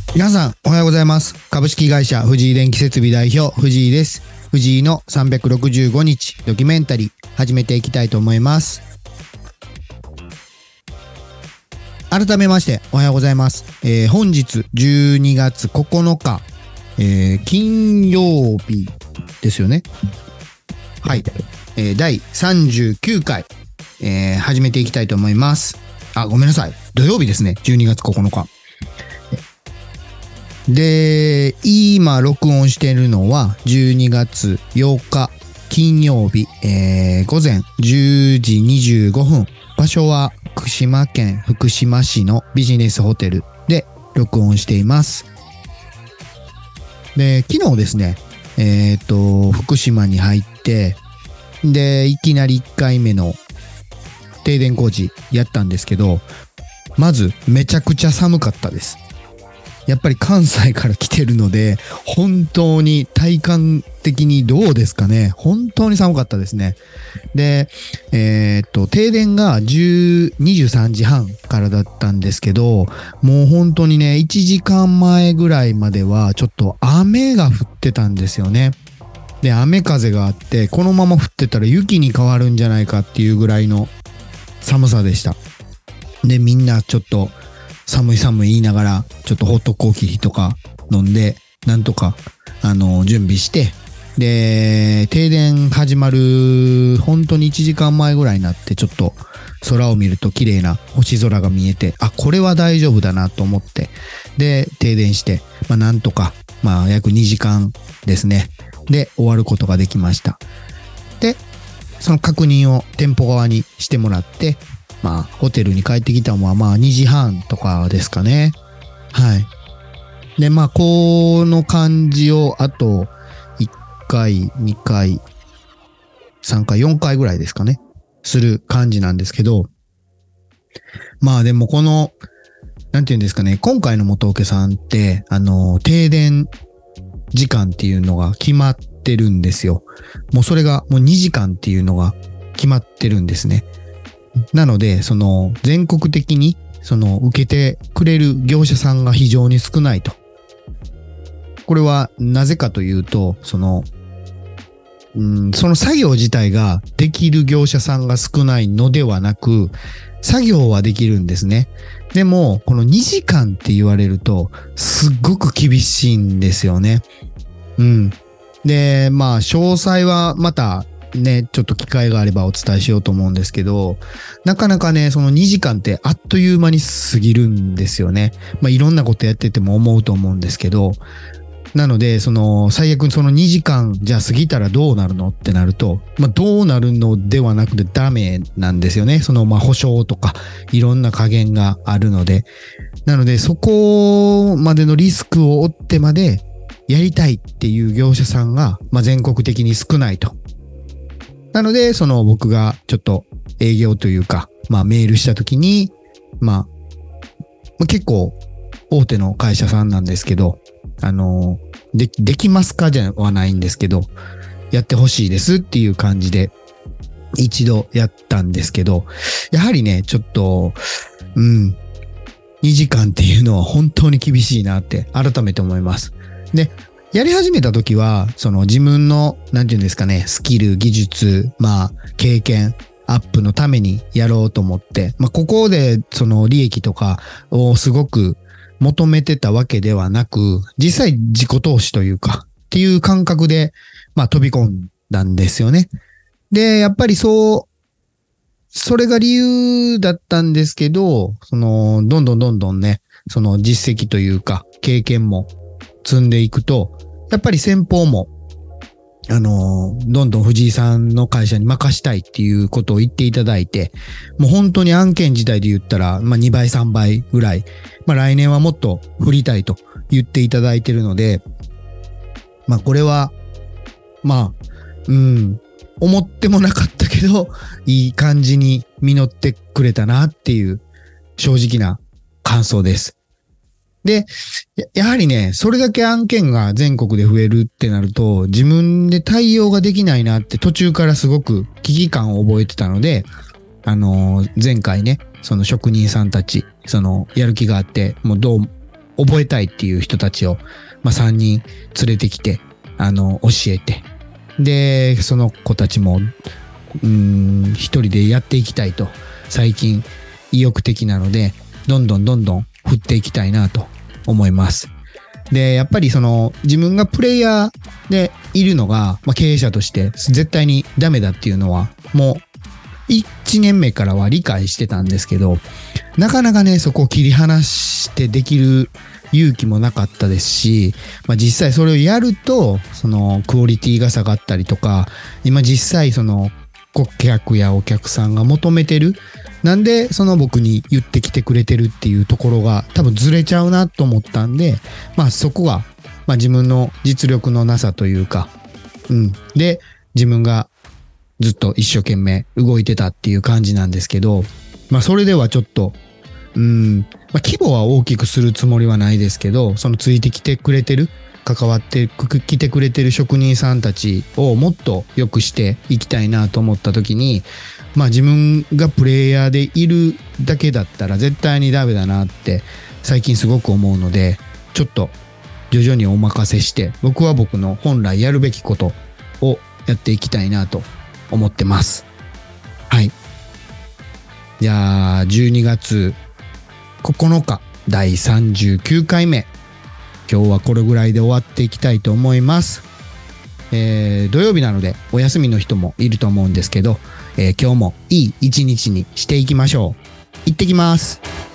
皆さんおはようございます。株式会社藤井電気設備代表藤井です。藤井の365日ドキュメンタリー始めていきたいと思います。改めましておはようございます。本日12月9日、金曜日ですよね。はい、第39回、始めていきたいと思います。ごめんなさい、土曜日ですね。12月9日で、今録音しているのは12月8日金曜日、午前10時25分。場所は福島県福島市のビジネスホテルで録音しています。で、昨日ですね、福島に入って、で、いきなり1回目の停電工事やったんですけど、まずめちゃくちゃ寒かったです。やっぱり関西から来てるので、本当に体感的にどうですかね。本当に寒かったですね。で、停電が23時半からだったんですけど、もう本当にね、1時間前ぐらいまではちょっと雨が降ってたんですよね。で、雨風があって、このまま降ってたら雪に変わるんじゃないかっていうぐらいの寒さでした。で、みんなちょっと寒い言いながら、ちょっとホットコーヒーとか飲んで、なんとか、準備して、で、停電始まる、本当に1時間前ぐらいになって、ちょっと空を見ると綺麗な星空が見えて、これは大丈夫だなと思って、で、停電して、なんとか、約2時間ですね。で、終わることができました。で、その確認を店舗側にしてもらって、ホテルに帰ってきたのは2時半とかですかね。はい。で、この感じをあと1回、2回、3回、4回ぐらいですかね。する感じなんですけど、でもこの、なんていうんですかね、今回の元請けさんって、停電時間っていうのが決まってるんですよ。もうそれがもう2時間っていうのが決まってるんですね。なので、全国的に、受けてくれる業者さんが非常に少ないと。これはなぜかというと、その作業自体ができる業者さんが少ないのではなく、作業はできるんですね。でも、この2時間って言われると、すっごく厳しいんですよね。で、詳細はまた、ね、ちょっと機会があればお伝えしようと思うんですけど、なかなかね、その2時間ってあっという間に過ぎるんですよね。いろんなことやってても思うと思うんですけど、なので、最悪その2時間じゃあ過ぎたらどうなるのってなると、どうなるのではなくてダメなんですよね。保証とかいろんな加減があるので。なので、そこまでのリスクを負ってまでやりたいっていう業者さんが、全国的に少ないと。なので、僕がちょっと営業というか、メールしたときに、結構大手の会社さんなんですけど、できますかじゃないんですけど、やってほしいですっていう感じで、一度やったんですけど、やはりね、ちょっと、2時間っていうのは本当に厳しいなって改めて思います。で、やり始めた時は、自分の、なんていうんですかね、スキル、技術、経験、アップのためにやろうと思って、ここで、利益とかをすごく求めてたわけではなく、実際自己投資というか、っていう感覚で、飛び込んだんですよね。で、やっぱりそれが理由だったんですけど、どんどんね、実績というか、経験も積んでいくと、やっぱり先方も、どんどん藤井さんの会社に任したいっていうことを言っていただいて、もう本当に案件自体で言ったら、2倍、3倍ぐらい、来年はもっと振りたいと言っていただいているので、これは、思ってもなかったけど、いい感じに実ってくれたなっていう正直な感想です。で、やはりね、それだけ案件が全国で増えるってなると、自分で対応ができないなって途中からすごく危機感を覚えてたので、前回ね、その職人さんたち、やる気があって、もうどう覚えたいっていう人たちを、3人連れてきて、教えて、で、その子たちも、一人でやっていきたいと、最近意欲的なので、どんどん振っていきたいなと思います。で、やっぱり自分がプレイヤーでいるのが、経営者として絶対にダメだっていうのは、もう1年目からは理解してたんですけど、なかなかね、そこを切り離してできる勇気もなかったですし、実際それをやると、クオリティが下がったりとか、今実際顧客やお客さんが求めてる、なんで僕に言ってきてくれてるっていうところが多分ずれちゃうなと思ったんで、そこが、自分の実力のなさというか、で、自分がずっと一生懸命動いてたっていう感じなんですけど、それではちょっと、規模は大きくするつもりはないですけど、ついてきてくれてる、関わってきてくれてる職人さんたちをもっと良くしていきたいなと思った時に、自分がプレイヤーでいるだけだったら絶対にダメだなって最近すごく思うので、ちょっと徐々にお任せして、僕は僕の本来やるべきことをやっていきたいなと思ってます。はい。じゃあ、12月9日、第39回目。今日はこれぐらいで終わっていきたいと思います。土曜日なのでお休みの人もいると思うんですけど、今日もいい一日にしていきましょう。行ってきます。